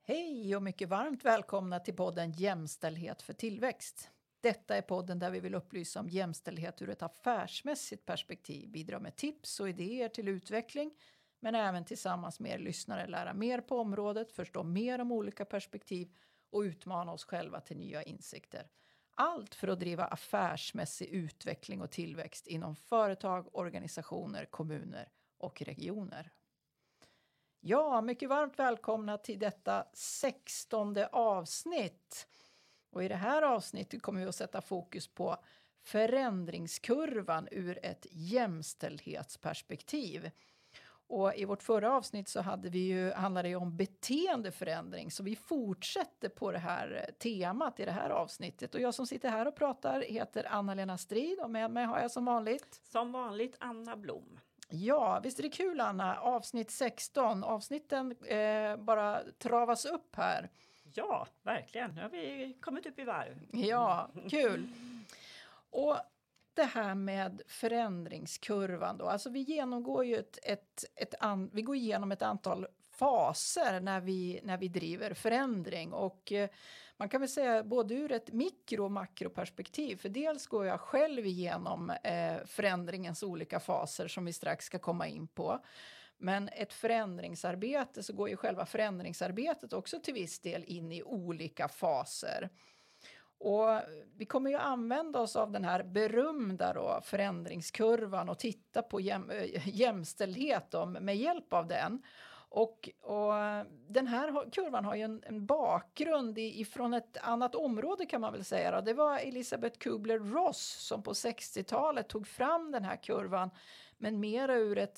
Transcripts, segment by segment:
Hej och mycket varmt välkomna till podden Jämställdhet för tillväxt. Detta är podden där vi vill upplysa om jämställdhet ur ett affärsmässigt perspektiv, bidra med tips och idéer till utveckling, men även tillsammans med er lyssnare lära mer på området, förstå mer om olika perspektiv och utmana oss själva till nya insikter. Allt för att driva affärsmässig utveckling och tillväxt inom företag, organisationer, kommuner och regioner. Ja, mycket varmt välkomna till detta 16:e avsnitt. Och i det här avsnittet kommer vi att sätta fokus på förändringskurvan ur ett jämställdhetsperspektiv. Och i vårt förra avsnitt så handlade det om beteendeförändring. Så vi fortsätter på det här temat i det här avsnittet. Och jag som sitter här och pratar heter Anna-Lena Strid och med mig har jag som vanligt. Som vanligt Anna Blom. Ja, visst är det kul Anna? Avsnitt 16. Avsnitten bara travas upp här. Ja, verkligen. Nu har vi kommit upp i varv. Ja, kul. Och det här med förändringskurvan då. Alltså vi genomgår ju vi går igenom ett antal faser när vi driver förändring. Och man kan väl säga både ur ett mikro- och makroperspektiv. För dels går jag själv igenom förändringens olika faser som vi strax ska komma in på. Men ett förändringsarbete så går ju själva förändringsarbetet också till viss del in i olika faser. Och vi kommer ju använda oss av den här berömda då, förändringskurvan och titta på jämställdhet då, med hjälp av den. Och den här kurvan har ju en bakgrund ifrån ett annat område kan man väl säga. Då. Det var Elisabeth Kubler-Ross som på 60-talet tog fram den här kurvan. Men mer ur ett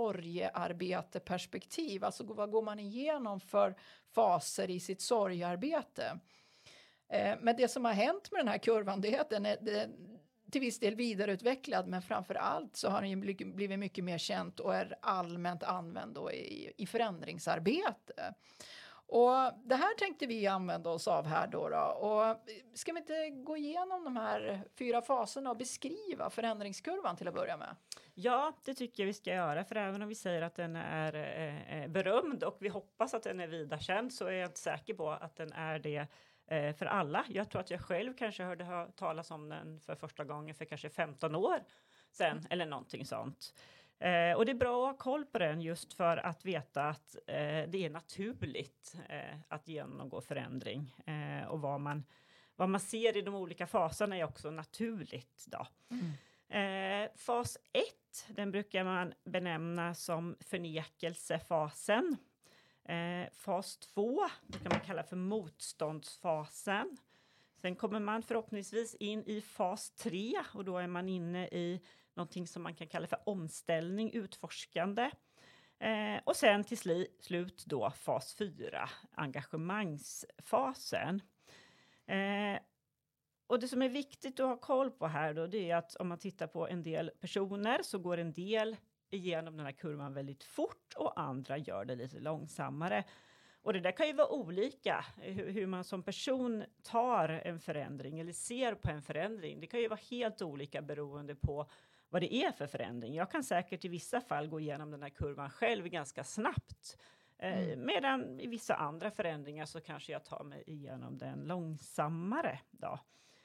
sorgearbeteperspektiv. Alltså vad går man igenom för faser i sitt sorgearbete. Men det som har hänt med den här kurvan det är att den är till viss del vidareutvecklad men framför allt så har den blivit mycket mer känd och är allmänt använd då i förändringsarbete. Och det här tänkte vi använda oss av här då. Och ska vi inte gå igenom de här 4 faserna och beskriva förändringskurvan till att börja med? Ja, det tycker jag vi ska göra. För även om vi säger att den är berömd och vi hoppas att den är vidarkänd så är jag inte säker på att den är det för alla. Jag tror att jag själv kanske hörde talas om den för första gången för kanske 15 år sedan eller någonting sånt. Och det är bra att ha koll på den just för att veta att det är naturligt att genomgå förändring. Och vad man ser i de olika faserna är också naturligt då. Fas 1, den brukar man benämna som förnekelsefasen. Fas 2, det kan man kalla för motståndsfasen. Sen kommer man förhoppningsvis in i fas 3 och då är man inne i någonting som man kan kalla för omställning, utforskande. Och sen till slut då fas 4, engagemangsfasen. Och det som är viktigt att ha koll på här då det är att om man tittar på en del personer så går en del igenom den här kurvan väldigt fort och andra gör det lite långsammare. Och det där kan ju vara olika hur man som person tar en förändring eller ser på en förändring. Det kan ju vara helt olika beroende på vad det är för förändring. Jag kan säkert i vissa fall gå igenom den här kurvan själv ganska snabbt. Medan i vissa andra förändringar så kanske jag tar mig igenom den långsammare då.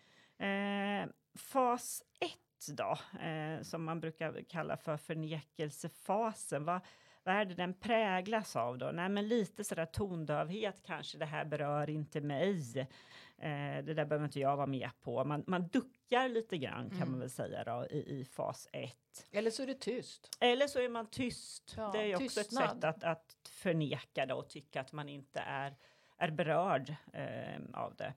Fas 1 då, som man brukar kalla för förnekelsefasen. Vad är det den präglas av då? Nej, men lite sådär tondövhet kanske. Det här berör inte mig. Det där behöver inte jag vara med på. Man duckar lite grann kan man väl säga då i fas 1. Eller så är det tyst. Eller så är man tyst. Ja, det är ju också tystnad. ett sätt att förneka då och tycka att man inte är berörd av det.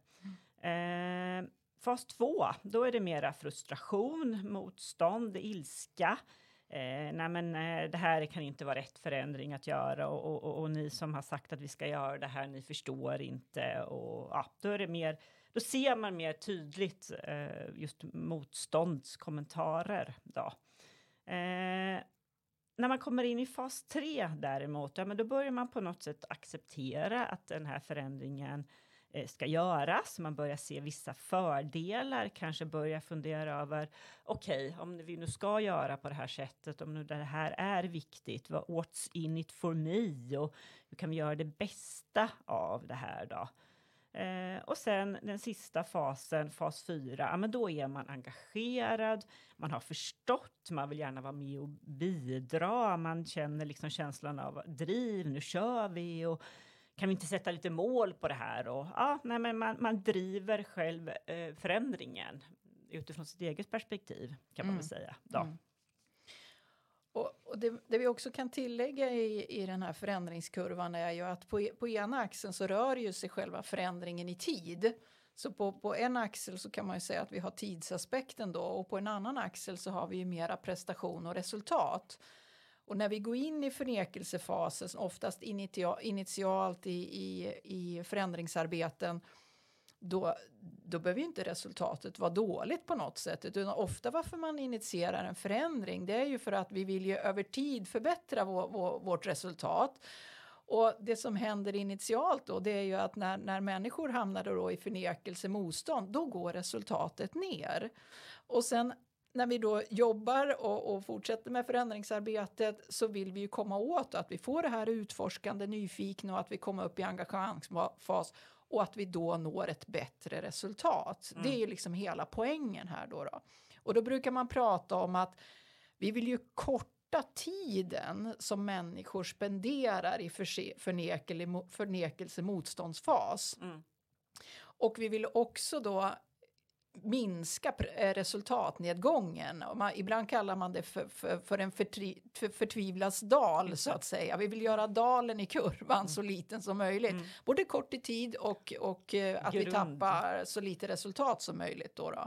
Fas 2, då är det mera frustration, motstånd, ilska. Det här kan inte vara rätt förändring att göra och ni som har sagt att vi ska göra det här, ni förstår inte. Och ja, då ser man mer tydligt just motståndskommentarer då. När man kommer in i fas 3 däremot, ja, men då börjar man på något sätt acceptera att den här förändringen ska göras. Man börjar se vissa fördelar, kanske börjar fundera över okej, om vi nu ska göra på det här sättet, om nu det här är viktigt, what's in it for me och hur kan vi göra det bästa av det här då? Och sen den sista fasen, fas 4, ja, men då är man engagerad, man har förstått, man vill gärna vara med och bidra, man känner liksom känslan av driv, nu kör vi och kan vi inte sätta lite mål på det här? Och, ja, nej, men man driver själv förändringen utifrån sitt eget perspektiv, kan man väl säga. Då. Mm. Och det vi också kan tillägga i den här förändringskurvan är ju att på ena axeln så rör ju sig själva förändringen i tid. Så på en axel så kan man ju säga att vi har tidsaspekten då, och på en annan axel så har vi ju mera prestation och resultat. Och när vi går in i förnekelsefasen, oftast initialt i förändringsarbeten, då behöver ju inte resultatet vara dåligt på något sätt. Utan ofta varför man initierar en förändring, det är ju för att vi vill ju över tid förbättra vårt resultat. Och det som händer initialt då, det är ju att när människor hamnar då i förnekelse, motstånd, då går resultatet ner. Och sen när vi då jobbar och fortsätter med förändringsarbetet så vill vi ju komma åt att vi får det här utforskande, nyfikna och att vi kommer upp i engagemangsfas och att vi då når ett bättre resultat. Det är ju liksom hela poängen här då. Och då brukar man prata om att vi vill ju korta tiden som människor spenderar i förnekelse motståndsfas. Och vi vill också då minska resultatnedgången. Ibland kallar man det för en förtvivlas dal så att säga. Vi vill göra dalen i kurvan så liten som möjligt. Både kort i tid och att vi tappar så lite resultat som möjligt då.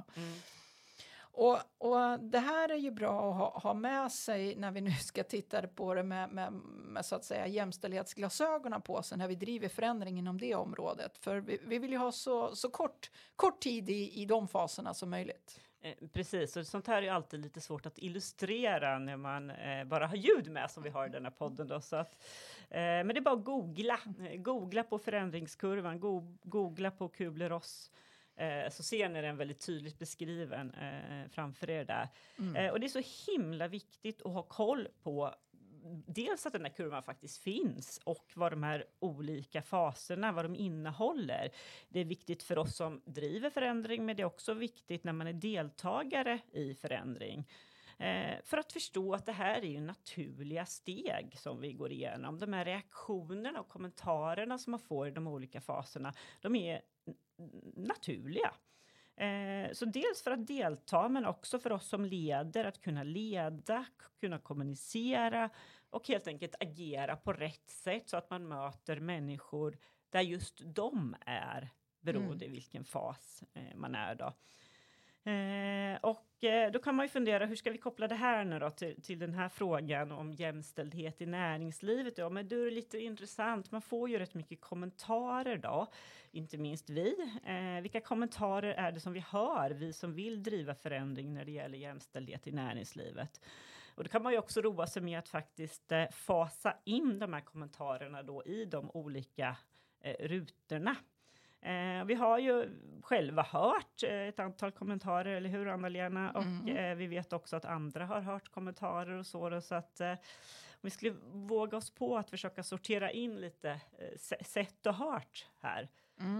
Och det här är ju bra att ha med sig när vi nu ska titta på det med så att säga jämställdhetsglasögonen på sig när vi driver förändring inom det området. För vi vill ju ha så kort tid i de faserna som möjligt. Precis, och sånt här är ju alltid lite svårt att illustrera när man bara har ljud med som vi har i den här podden. Då, så att, men det är bara att googla på förändringskurvan, googla på Kübler-Ross. Så ser ni den väldigt tydligt beskriven framför er där. Och det är så himla viktigt att ha koll på dels att den här kurvan faktiskt finns och vad de här olika faserna, vad de innehåller. Det är viktigt för oss som driver förändring, men det är också viktigt när man är deltagare i förändring. För att förstå att det här är ju naturliga steg som vi går igenom. De här reaktionerna och kommentarerna som man får i de olika faserna, de är naturliga. Så dels för att delta men också för oss som leder att kunna leda, kunna kommunicera och helt enkelt agera på rätt sätt så att man möter människor där just de är beroende i vilken fas man är då. Och då kan man ju fundera, hur ska vi koppla det här nu då till den här frågan om jämställdhet i näringslivet? Ja, men det är lite intressant. Man får ju rätt mycket kommentarer då, inte minst vi. Vilka kommentarer är det som vi hör, vi som vill driva förändring när det gäller jämställdhet i näringslivet? Och då kan man ju också roa sig med att faktiskt fasa in de här kommentarerna då i de olika rutorna. Vi har ju själva hört ett antal kommentarer, eller hur Anna-Lena? Och vi vet också att andra har hört kommentarer och så. Så att om vi skulle våga oss på att försöka sortera in lite sett och hört här.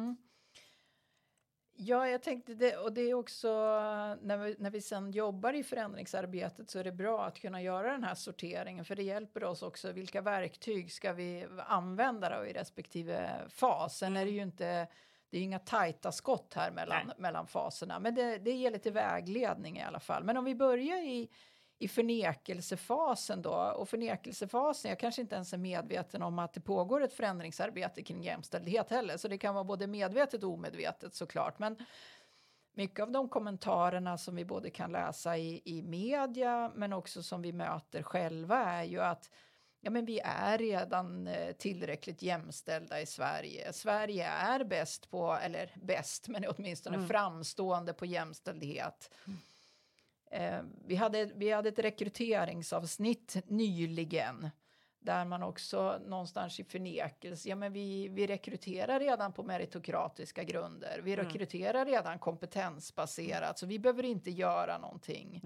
Ja, jag tänkte det, och det är också när vi sen jobbar i förändringsarbetet så är det bra att kunna göra den här sorteringen, för det hjälper oss också. Vilka verktyg ska vi använda då i respektive fas? Sen är det ju inte, det är inga tajta skott här mellan faserna, men det ger lite vägledning i alla fall. Men om vi börjar i förnekelsefasen då, och förnekelsefasen, jag kanske inte ens är medveten om att det pågår ett förändringsarbete kring jämställdhet heller, så det kan vara både medvetet och omedvetet såklart, men mycket av de kommentarerna som vi både kan läsa i media men också som vi möter själva är ju att ja, men vi är redan tillräckligt jämställda i Sverige. Sverige är bäst på, eller bäst, men åtminstone framstående på jämställdhet. Vi hade ett rekryteringsavsnitt nyligen där man också någonstans i förnekelse, men vi rekryterar redan på meritokratiska grunder. Vi rekryterar redan kompetensbaserat, så vi behöver inte göra någonting.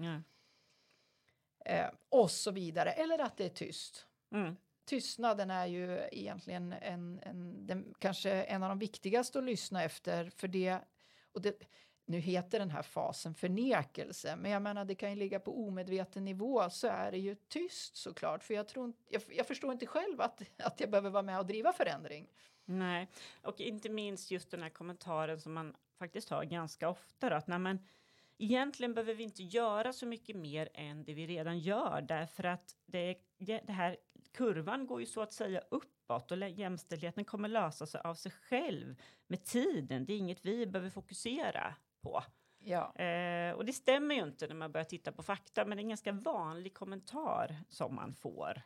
Och så vidare. Eller att det är tyst. Tystnaden är ju egentligen kanske en av de viktigaste att lyssna efter, för det, nu heter den här fasen förnekelse, men jag menar det kan ju ligga på omedveten nivå, så är det ju tyst såklart, för jag förstår inte själv att jag behöver vara med och driva förändring. Nej, och inte minst just den här kommentaren som man faktiskt har ganska ofta då, att egentligen behöver vi inte göra så mycket mer än det vi redan gör, därför att det här kurvan går ju så att säga uppåt och jämställdheten kommer lösa sig av sig själv med tiden. Det är inget vi behöver fokusera på. Ja. Och det stämmer ju inte när man börjar titta på fakta, men det är en ganska vanlig kommentar som man får.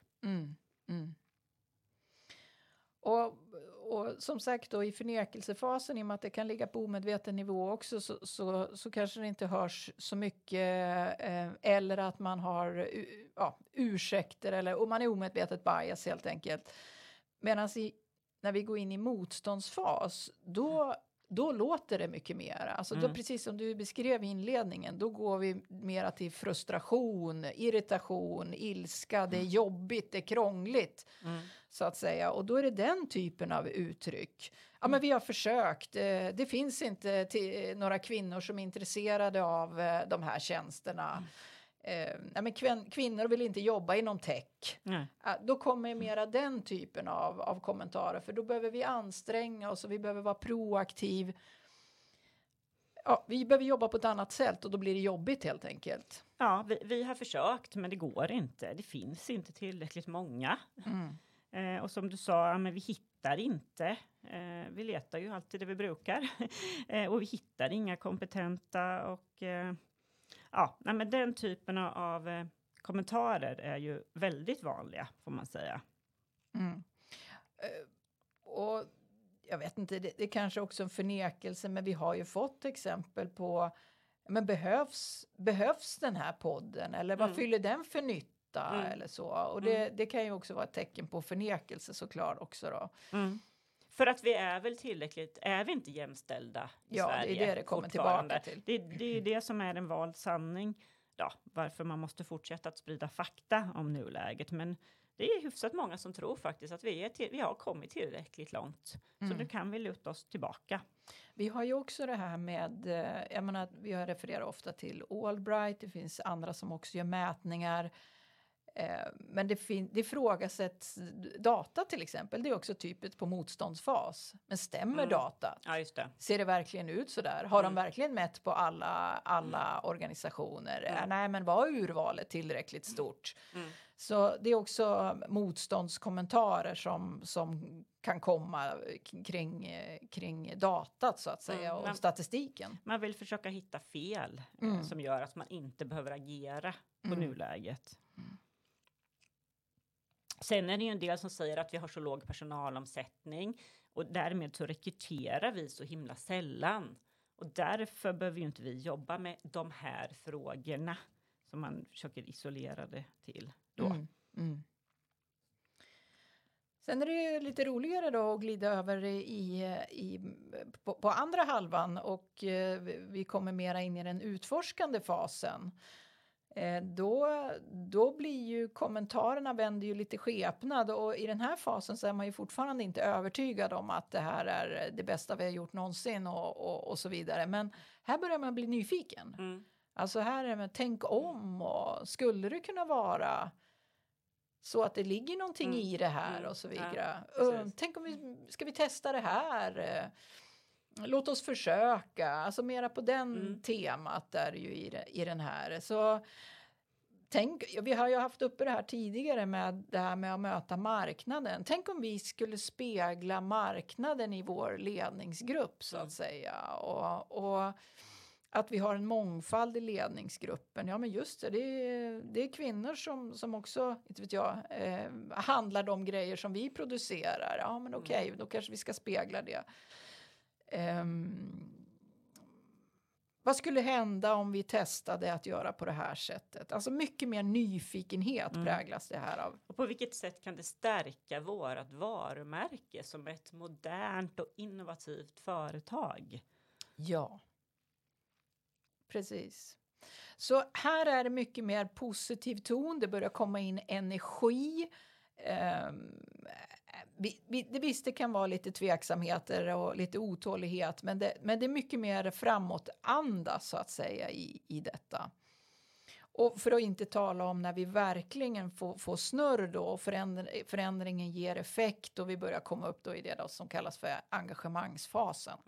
Och som sagt då, i förnekelsefasen, i och med att det kan ligga på omedveten nivå också, så kanske det inte hörs så mycket, eller att man har ursäkter, eller om man är omedvetet bias helt enkelt. Medan när vi går in i motståndsfas, då låter det mycket mer. Alltså då, precis som du beskrev i inledningen, då går vi mera till frustration, irritation, ilska, det är jobbigt, det är krångligt, så att säga. Och då är det den typen av uttryck. Ja, men vi har försökt. Det finns inte några kvinnor som är intresserade av de här tjänsterna. Men kvinnor vill inte jobba inom tech. Då kommer mera den typen av kommentarer, för då behöver vi anstränga oss och vi behöver vara proaktiv. Ja, vi behöver jobba på ett annat sätt, och då blir det jobbigt helt enkelt. Ja, vi har försökt, men det går inte. Det finns inte tillräckligt många. Och som du sa, men vi hittar inte. Vi letar ju alltid det vi brukar. Och vi hittar inga kompetenta och... men den typen av kommentarer är ju väldigt vanliga, får man säga. Och jag vet inte, det kanske också en förnekelse, men vi har ju fått exempel på, men behövs den här podden? Eller vad fyller den för nytta? Eller så. Och det kan ju också vara ett tecken på förnekelse såklart också då. För att vi är väl tillräckligt, är vi inte jämställda i Sverige? Ja, det är det kommer tillbaka till. Det är det som är en vald sanning. Ja, varför man måste fortsätta att sprida fakta om nuläget. Men det är hyfsat många som tror faktiskt att vi har kommit tillräckligt långt. Så nu kan vi luta oss tillbaka. Vi har ju också det här med, jag menar, vi har refererat ofta till Allbright. Det finns andra som också gör mätningar. Men det ifrågasätts data till exempel. Det är också typiskt på motståndsfas. Men stämmer data? Ja, just det. Ser det verkligen ut så där? Har de verkligen mätt på alla organisationer? Nej, men var urvalet tillräckligt stort? Så det är också motståndskommentarer som kan komma kring datat så att säga, och statistiken. Man vill försöka hitta fel som gör att man inte behöver agera på nuläget. Sen är det ju en del som säger att vi har så låg personalomsättning och därmed så rekryterar vi så himla sällan. Och därför behöver ju inte vi jobba med de här frågorna som man försöker isolera det till då. Sen är det ju lite roligare då att glida över på andra halvan, och vi kommer mera in i den utforskande fasen. Då blir ju kommentarerna vänder ju lite skepnad, och i den här fasen så är man ju fortfarande inte övertygad om att det här är det bästa vi har gjort någonsin och så vidare. Men här börjar man bli nyfiken. Alltså här är det, tänk om, och skulle det kunna vara så att det ligger någonting i det här och så vidare. Tänk om ska vi testa det här? Låt oss försöka. Alltså mera på den temat är ju i den här. Så vi har ju haft uppe det här tidigare med det här med att möta marknaden. Tänk om vi skulle spegla marknaden i vår ledningsgrupp så att säga. Och att vi har en mångfald i ledningsgruppen. Ja, men just det är kvinnor som också, inte vet jag, handlar de grejer som vi producerar. Ja, men okej, då kanske vi ska spegla det. Vad skulle hända om vi testade att göra på det här sättet? Alltså mycket mer nyfikenhet präglas det här av. Och på vilket sätt kan det stärka vårt varumärke som ett modernt och innovativt företag? Ja, precis. Så här är det mycket mer positiv ton. Det börjar komma in energi. Det kan vara lite tveksamheter och lite otålighet, men det är mycket mer framåtanda så att säga i detta. Och för att inte tala om när vi verkligen får snurr då och förändringen ger effekt och vi börjar komma upp då i det då som kallas för engagemangsfasen.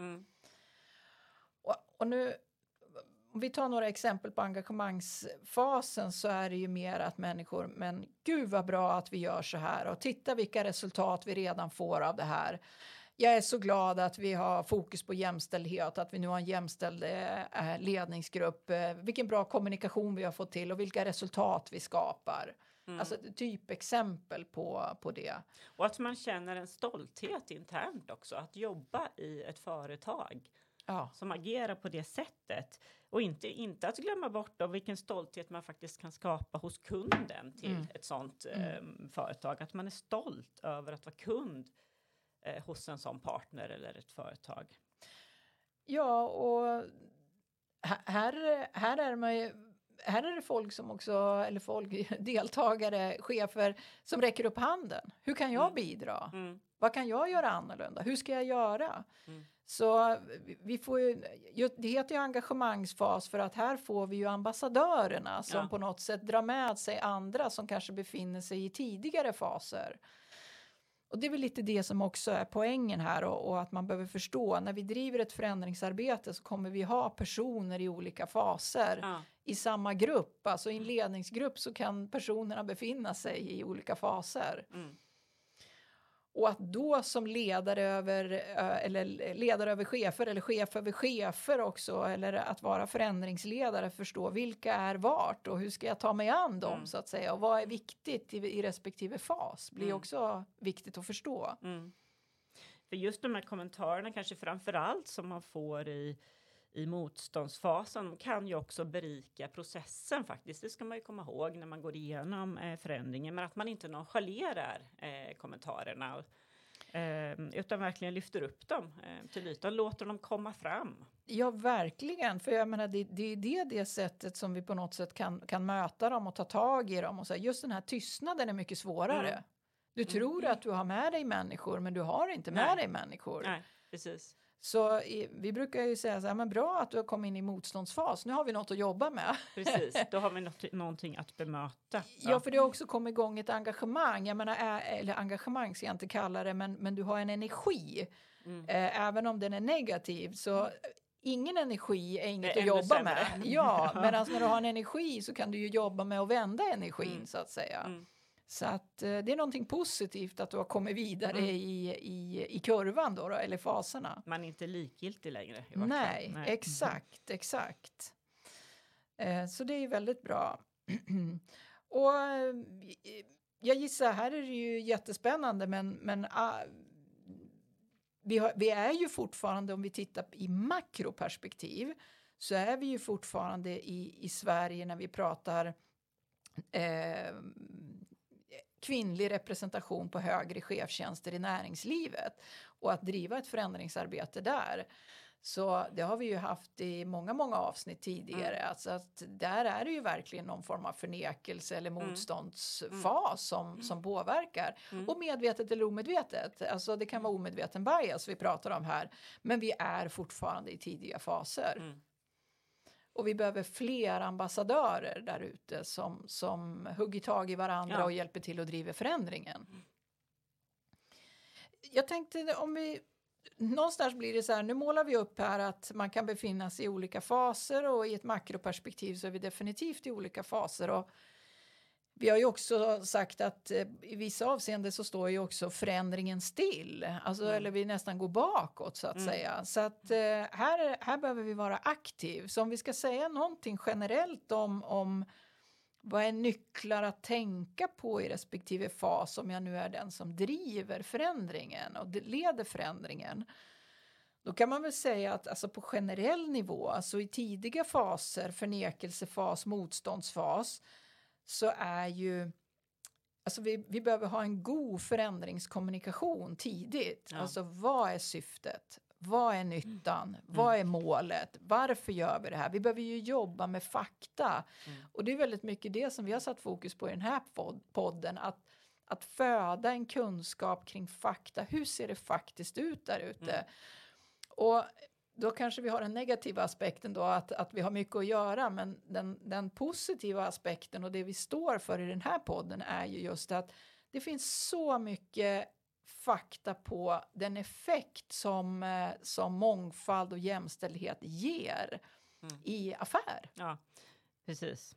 Och nu, om vi tar några exempel på engagemangsfasen, så är det ju mer att människor, men gud vad bra att vi gör så här och titta vilka resultat vi redan får av det här. Jag är så glad att vi har fokus på jämställdhet, att vi nu har en jämställd ledningsgrupp, vilken bra kommunikation vi har fått till och vilka resultat vi skapar. Alltså typexempel på det. Och att man känner en stolthet internt också, att jobba i ett företag. Ja. Som agerar på det sättet. Och inte att glömma bort av vilken stolthet man faktiskt kan skapa hos kunden till ett sånt företag. Att man är stolt över att vara kund hos en sån partner eller ett företag. Ja, och här är det folk som också, eller folk, deltagare, chefer som räcker upp handen. Hur kan jag bidra? Vad kan jag göra annorlunda? Hur ska jag göra? Så vi får ju, det heter ju engagemangsfas för att här får vi ju ambassadörerna som på något sätt drar med sig andra som kanske befinner sig i tidigare faser. Och det är väl lite det som också är poängen här och att man behöver förstå. När vi driver ett förändringsarbete så kommer vi ha personer i olika faser i samma grupp. Alltså i en ledningsgrupp så kan personerna befinna sig i olika faser. Och att då som ledare över chefer eller chef över chefer också, eller att vara förändringsledare, förstå vilka är vart och hur ska jag ta mig an dem så att säga, och vad är viktigt i respektive fas blir också viktigt att förstå. För just de här kommentarerna kanske framförallt som man får i motståndsfasen kan ju också berika processen faktiskt. Det ska man ju komma ihåg när man går igenom förändringen. Men att man inte nonchalerar kommentarerna utan verkligen lyfter upp dem till ytan. Låter dem komma fram. Ja, verkligen. För jag menar, det är det sättet som vi på något sätt kan möta dem och ta tag i dem. Och så här, just den här tystnaden är mycket svårare. Du tror att du har med dig människor, men du har inte med dig människor. Nej, precis. Så vi brukar ju säga så här, men bra att du har kommit in i motståndsfas. Nu har vi något att jobba med. Precis, då har vi någonting att bemöta. Ja, för det har också kommit igång ett engagemang. Jag menar, eller engagemang ska jag inte kalla det, men du har en energi. Även om den är negativ så ingen energi är inget att jobba med. Ja, men alltså när du har en energi så kan du ju jobba med att vända energin så att säga. Så att det är någonting positivt att du har kommit vidare i kurvan då, eller faserna. Man är inte likgiltig längre. Nej, exakt. Så det är väldigt bra. Och jag gissar, här är det ju jättespännande, men vi är ju fortfarande, om vi tittar i makroperspektiv, så är vi ju fortfarande i Sverige när vi pratar kvinnlig representation på högre chefstjänster i näringslivet och att driva ett förändringsarbete där. Så det har vi ju haft i många avsnitt tidigare. Alltså att där är det ju verkligen någon form av förnekelse eller motståndsfas som påverkar. Och medvetet eller omedvetet. Alltså det kan vara omedveten bias vi pratar om här. Men vi är fortfarande i tidiga faser. Och vi behöver fler ambassadörer där ute som hugger tag i varandra och hjälper till att driva förändringen. Jag tänkte om vi... Någonstans blir det så här, nu målar vi upp här att man kan befinna sig i olika faser och i ett makroperspektiv så är vi definitivt i olika faser. Och vi har ju också sagt att i vissa avseenden så står ju också förändringen still. Alltså, eller vi nästan går bakåt så att säga. Så att här behöver vi vara aktiv. Så om vi ska säga någonting generellt om vad är nycklar att tänka på i respektive fas om jag nu är den som driver förändringen och leder förändringen. Då kan man väl säga att alltså på generell nivå, alltså i tidiga faser, förnekelsefas, motståndsfas, så är ju alltså vi behöver ha en god förändringskommunikation tidigt. Ja. Alltså vad är syftet? Vad är nyttan? Vad är målet? Varför gör vi det här? Vi behöver ju jobba med fakta. Och det är väldigt mycket det som vi har satt fokus på i den här podden. Att föda en kunskap kring fakta. Hur ser det faktiskt ut där ute? Och då kanske vi har den negativa aspekten då att vi har mycket att göra. Men den positiva aspekten och det vi står för i den här podden är ju just att det finns så mycket fakta på den effekt som mångfald och jämställdhet ger i affär. Ja, precis.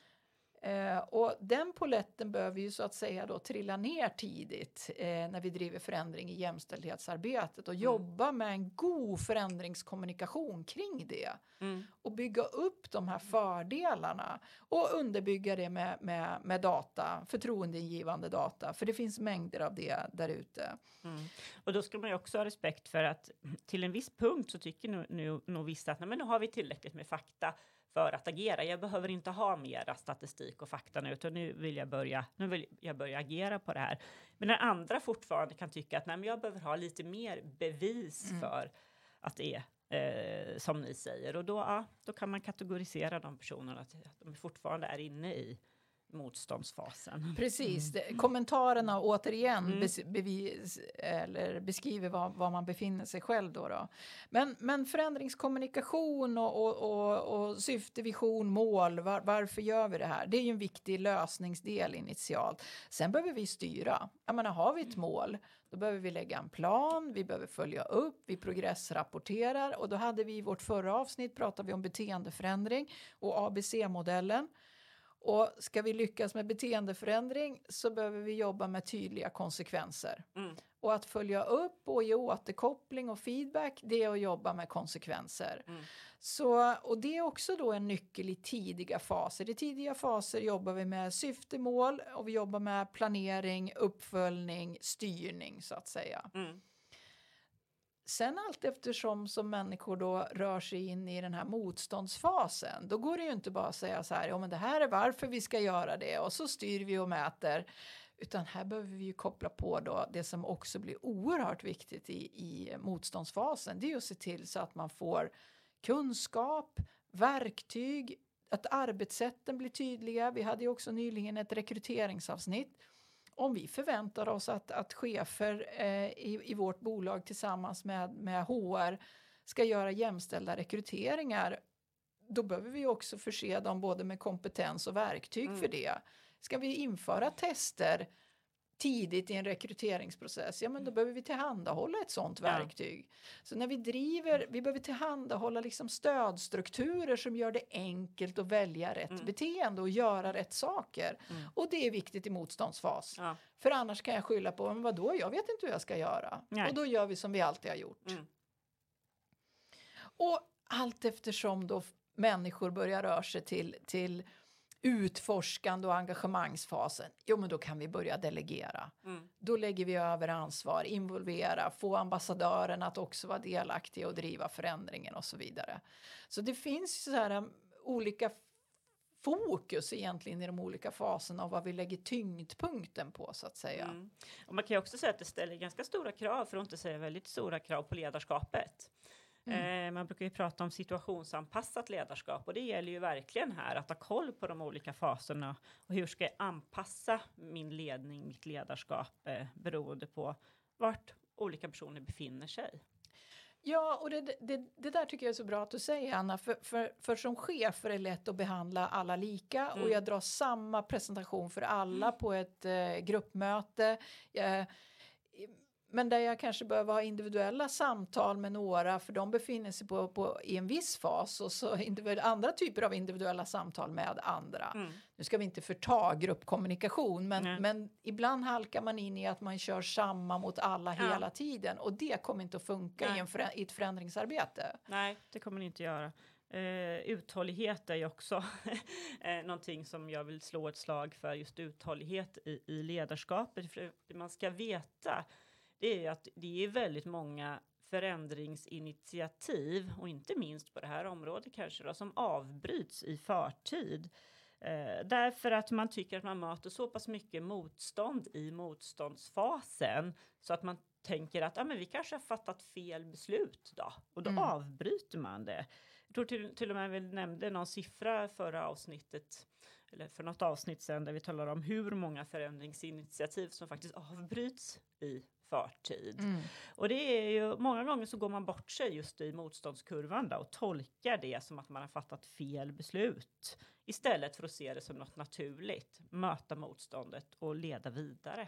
Och den poletten behöver ju så att säga då trilla ner tidigt när vi driver förändring i jämställdhetsarbetet och jobba med en god förändringskommunikation kring det och bygga upp de här fördelarna och underbygga det med data, förtroendeingivande data, för det finns mängder av det där ute. Och då ska man ju också ha respekt för att till en viss punkt så tycker nog vissa att nej, men nu har vi tillräckligt med fakta för att agera. Jag behöver inte ha mera statistik och fakta nu, utan nu vill jag börja agera på det här. Men när andra fortfarande kan tycka att nej, men jag behöver ha lite mer bevis för att det är som ni säger. Och då kan man kategorisera de personerna till att de fortfarande är inne i motståndsfasen. Precis, kommentarerna återigen beskriver var man befinner sig själv då. Men förändringskommunikation och syfte, vision, mål, varför gör vi det här? Det är ju en viktig lösningsdel initialt. Sen behöver vi styra. Jag menar, har vi ett mål, då behöver vi lägga en plan, vi behöver följa upp, vi progressrapporterar, och då hade vi i vårt förra avsnitt pratade vi om beteendeförändring och ABC-modellen. Och ska vi lyckas med beteendeförändring så behöver vi jobba med tydliga konsekvenser. Och att följa upp och ge återkoppling och feedback, det är att jobba med konsekvenser. Och det är också då en nyckel i tidiga faser. I tidiga faser jobbar vi med syftemål och vi jobbar med planering, uppföljning, styrning så att säga. Sen allt eftersom som människor då rör sig in i den här motståndsfasen, då går det ju inte bara att säga så här, ja men det här är varför vi ska göra det och så styr vi och mäter, utan här behöver vi ju koppla på då det som också blir oerhört viktigt i motståndsfasen, det är att se till så att man får kunskap, verktyg, att arbetssätten blir tydliga. Vi hade ju också nyligen ett rekryteringsavsnitt. Om vi förväntar oss att chefer i vårt bolag tillsammans med HR ska göra jämställda rekryteringar, då behöver vi också förse dem både med kompetens och verktyg för det. Ska vi införa tester tidigt i en rekryteringsprocess, ja men då behöver vi tillhandahålla ett sådant verktyg. Så när vi behöver tillhandahålla liksom stödstrukturer som gör det enkelt att välja rätt beteende och göra rätt saker. Och det är viktigt i motståndsfas. Ja. För annars kan jag skylla på, men vadå, jag vet inte hur jag ska göra. Nej. Och då gör vi som vi alltid har gjort. Och allt eftersom då människor börjar röra sig till utforskande och engagemangsfasen, jo men då kan vi börja delegera. Då lägger vi över ansvar, involvera, få ambassadören att också vara delaktig och driva förändringen och så vidare. Så det finns så här olika fokus egentligen i de olika faserna och vad vi lägger tyngdpunkten på så att säga. Och man kan ju också säga att det ställer ganska stora krav, för att inte säga väldigt stora krav på ledarskapet. Man brukar ju prata om situationsanpassat ledarskap, och det gäller ju verkligen här att ha koll på de olika faserna och hur ska jag anpassa min ledning, mitt ledarskap beroende på vart olika personer befinner sig. Ja, och det där tycker jag är så bra att du säger, Anna, för som chef är det lätt att behandla alla lika och jag drar samma presentation för alla på ett gruppmöte. Men där jag kanske behöver ha individuella samtal med några, för de befinner sig i en viss fas, och så andra typer av individuella samtal med andra. Nu ska vi inte förta gruppkommunikation, men ibland halkar man in i att man kör samma mot alla hela tiden, och det kommer inte att funka i ett förändringsarbete. Nej, det kommer det inte göra. Uthållighet är ju också någonting som jag vill slå ett slag för, just uthållighet i ledarskapet. För man ska veta, det är att det är väldigt många förändringsinitiativ, och inte minst på det här området kanske då, som avbryts i förtid. Därför att man tycker att man möter så pass mycket motstånd i motståndsfasen så att man tänker att men vi kanske har fattat fel beslut då. Och då avbryter man det. Jag tror till och med vi nämnde någon siffra förra avsnittet, eller för något avsnitt sedan, där vi talar om hur många förändringsinitiativ som faktiskt avbryts i förtid. Och det är ju, många gånger så går man bort sig just i motståndskurvan då, och tolkar det som att man har fattat fel beslut. Istället för att se det som något naturligt. Möta motståndet och leda vidare.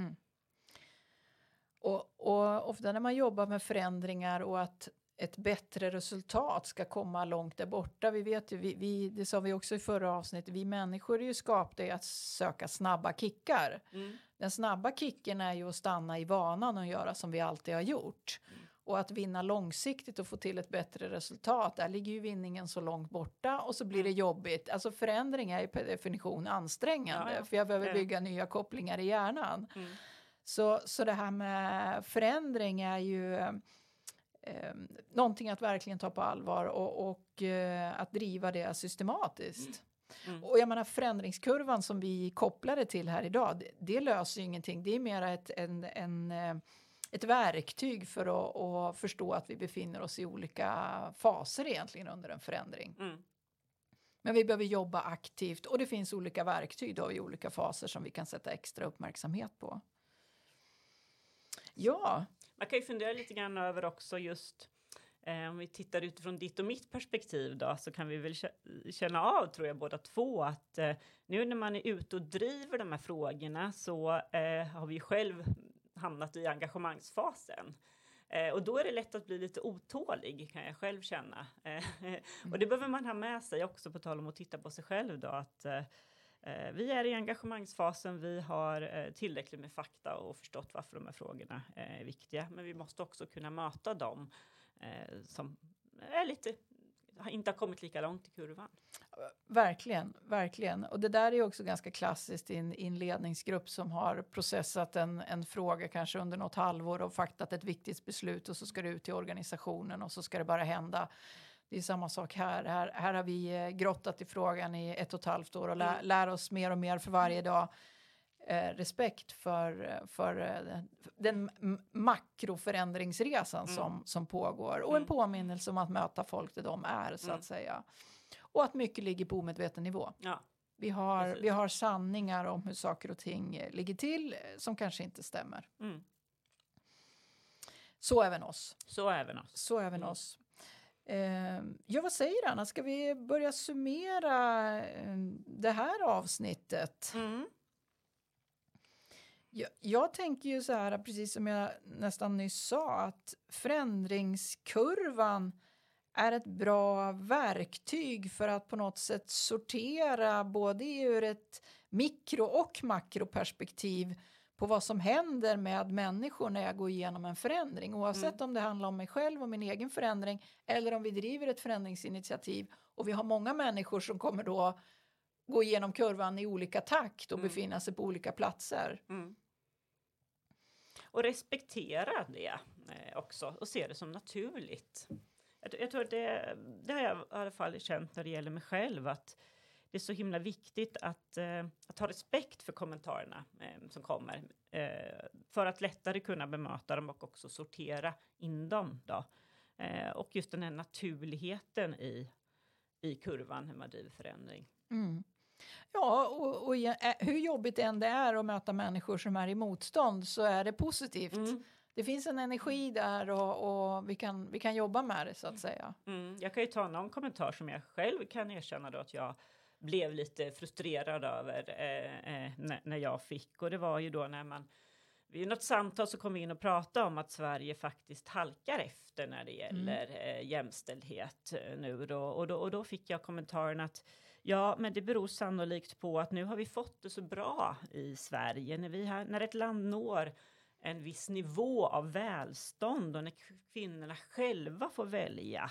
Och ofta när man jobbar med förändringar och att ett bättre resultat ska komma långt där borta. Vi vet ju, det sa vi också i förra avsnittet, vi människor är ju skapade att söka snabba kickar. Den snabba kicken är ju att stanna i vanan och göra som vi alltid har gjort. Och att vinna långsiktigt och få till ett bättre resultat, där ligger ju vinningen så långt borta och så blir det jobbigt. Alltså förändring är ju per definition ansträngande, för jag behöver bygga nya kopplingar i hjärnan. Så det här med förändring är ju någonting att verkligen ta på allvar och att driva det systematiskt. Och jag menar, förändringskurvan som vi kopplade till här idag, det löser ju ingenting. Det är mer ett verktyg för att förstå att vi befinner oss i olika faser egentligen under en förändring. Men vi behöver jobba aktivt, och det finns olika verktyg då i olika faser som vi kan sätta extra uppmärksamhet på. Ja. Man kan ju fundera lite grann över också just, om vi tittar utifrån ditt och mitt perspektiv då, så kan vi väl känna av, tror jag, båda två, att nu när man är ute och driver de här frågorna så har vi själv hamnat i engagemangsfasen. Och då är det lätt att bli lite otålig, kan jag själv känna. Och det behöver man ha med sig också, på tal om att titta på sig själv då, att vi är i engagemangsfasen, vi har tillräckligt med fakta och förstått varför de här frågorna är viktiga. Men vi måste också kunna möta dem som är inte har kommit lika långt i kurvan. Verkligen, verkligen. Och det där är också ganska klassiskt i en ledningsgrupp som har processat en fråga kanske under något halvår och fattat ett viktigt beslut, och så ska det ut till organisationen och så ska det bara hända. Det är samma sak här. Här har vi grottat i frågan i 1,5 år och lär oss mer och mer för varje dag. Respekt för den makroförändringsresan som pågår. Och en påminnelse om att möta folk där de är, så att säga. Och att mycket ligger på omedveten nivå. Ja, vi har sanningar om hur saker och ting ligger till som kanske inte stämmer. Så även oss. Så även oss. Ja, vad säger Anna? Ska vi börja summera det här avsnittet? Jag tänker ju så här, precis som jag nästan nyss sa, att förändringskurvan är ett bra verktyg för att på något sätt sortera både ur ett mikro- och makroperspektiv på vad som händer med människor när jag går igenom en förändring. Oavsett om det handlar om mig själv och min egen förändring, eller om vi driver ett förändringsinitiativ och vi har många människor som kommer då gå igenom kurvan i olika takt och befinna sig på olika platser. Och respektera det också och se det som naturligt. Jag tror att det har jag i alla fall känt när det gäller mig själv, att det är så himla viktigt att ha respekt för kommentarerna som kommer. För att lättare kunna bemöta dem och också sortera in dem då. Och just den här naturligheten i kurvan hur man driver förändring. Ja, och hur jobbigt än det är att möta människor som är i motstånd, så är det positivt. Det finns en energi där och vi kan jobba med det, så att säga. Jag kan ju ta någon kommentar som jag själv kan erkänna då, att jag blev lite frustrerad över när jag fick. Och det var ju då när vid något samtal så kom vi in och pratade om att Sverige faktiskt halkar efter när det gäller jämställdhet nu. Och då fick jag kommentaren att ja, men det beror sannolikt på att nu har vi fått det så bra i Sverige. När ett land når en viss nivå av välstånd och när kvinnorna själva får välja,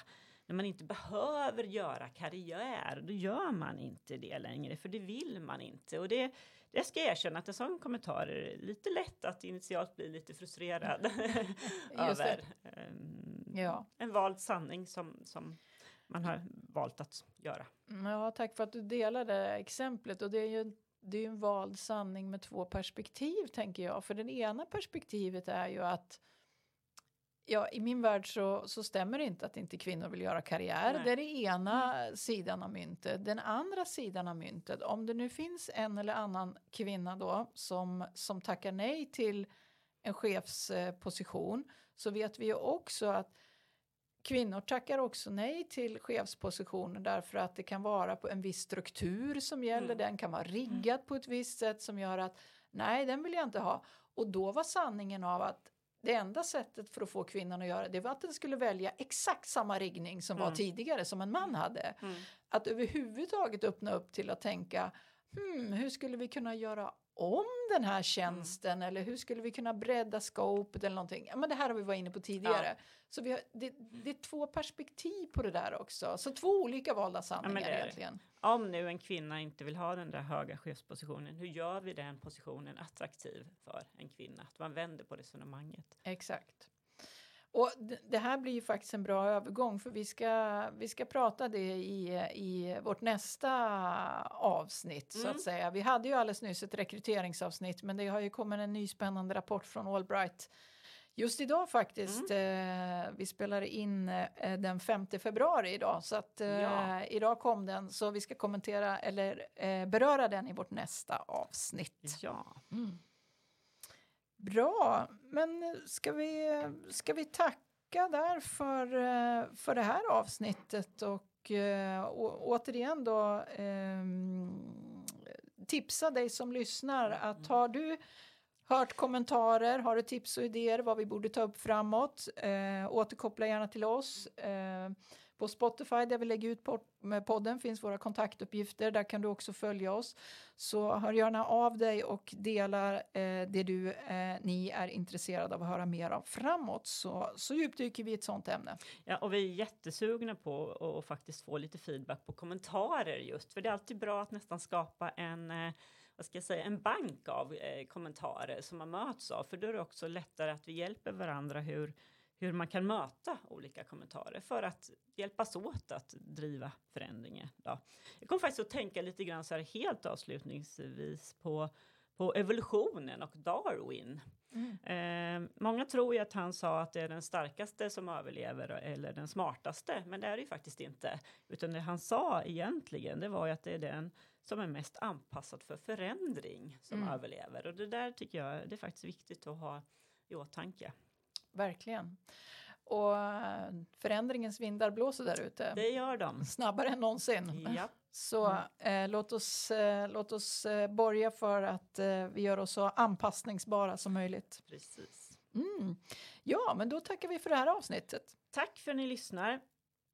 när man inte behöver göra karriär, då gör man inte det längre, för det vill man inte. Och det ska jag erkänna att en sån kommentar är lite lätt att initialt bli lite frustrerad över. En vald sanning som man har valt att göra. Ja, tack för att du delade exemplet. Och det är ju en vald sanning med 2 perspektiv, tänker jag. För det ena perspektivet är ju att i min värld så stämmer det inte att inte kvinnor vill göra karriär. Nej. Det är det ena sidan av myntet. Den andra sidan av myntet, om det nu finns en eller annan kvinna då som tackar nej till en chefsposition, så vet vi ju också att kvinnor tackar också nej till chefspositioner därför att det kan vara på en viss struktur som gäller. Den kan vara riggad på ett visst sätt som gör att nej, den vill jag inte ha. Och då var sanningen av att det enda sättet för att få kvinnan att göra det var att den skulle välja exakt samma riggning som var tidigare, som en man hade. Att överhuvudtaget öppna upp till att tänka, hur skulle vi kunna göra om den här tjänsten, eller hur skulle vi kunna bredda scopet eller någonting. Ja, men det här har vi varit inne på tidigare. Ja. Så det är 2 perspektiv på det där också. Så 2 olika valda sanningar egentligen. Om nu en kvinna inte vill ha den där höga chefspositionen, hur gör vi den positionen attraktiv för en kvinna? Att man vänder på resonemanget. Exakt. Och det här blir ju faktiskt en bra övergång, för vi ska prata det i vårt nästa avsnitt så att säga. Vi hade ju alldeles nyss ett rekryteringsavsnitt, men det har ju kommit en ny spännande rapport från Allbright just idag faktiskt. Vi spelar in den 5 februari idag, så att idag kom den, så vi ska kommentera eller beröra den i vårt nästa avsnitt. Ja. Bra, men ska vi tacka där för det här avsnittet och återigen då tipsa dig som lyssnar att har du hört kommentarer, har du tips och idéer vad vi borde ta upp framåt, återkoppla gärna till oss. På Spotify där vi lägger ut podden finns våra kontaktuppgifter. Där kan du också följa oss. Så hör gärna av dig och dela det ni är intresserade av att höra mer av framåt. Så djupdyker vi i ett sånt ämne. Ja, och vi är jättesugna på att faktiskt få lite feedback på kommentarer just. För det är alltid bra att nästan skapa en bank av kommentarer som man möts av. För då är det också lättare att vi hjälper varandra hur man kan möta olika kommentarer för att hjälpas åt att driva förändringar. Ja. Jag kom faktiskt att tänka lite grann så här helt avslutningsvis på evolutionen och Darwin. Många tror ju att han sa att det är den starkaste som överlever eller den smartaste, men det är det ju faktiskt inte. Utan det han sa egentligen, det var ju att det är den som är mest anpassad för förändring som överlever. Och det där tycker jag det är faktiskt viktigt att ha i åtanke. Verkligen. Och förändringens vindar blåser där ute. Det gör de. Snabbare än någonsin. Ja. Så låt oss börja för att vi gör oss så anpassningsbara som möjligt. Precis. Ja, men då tackar vi för det här avsnittet. Tack för att ni lyssnar.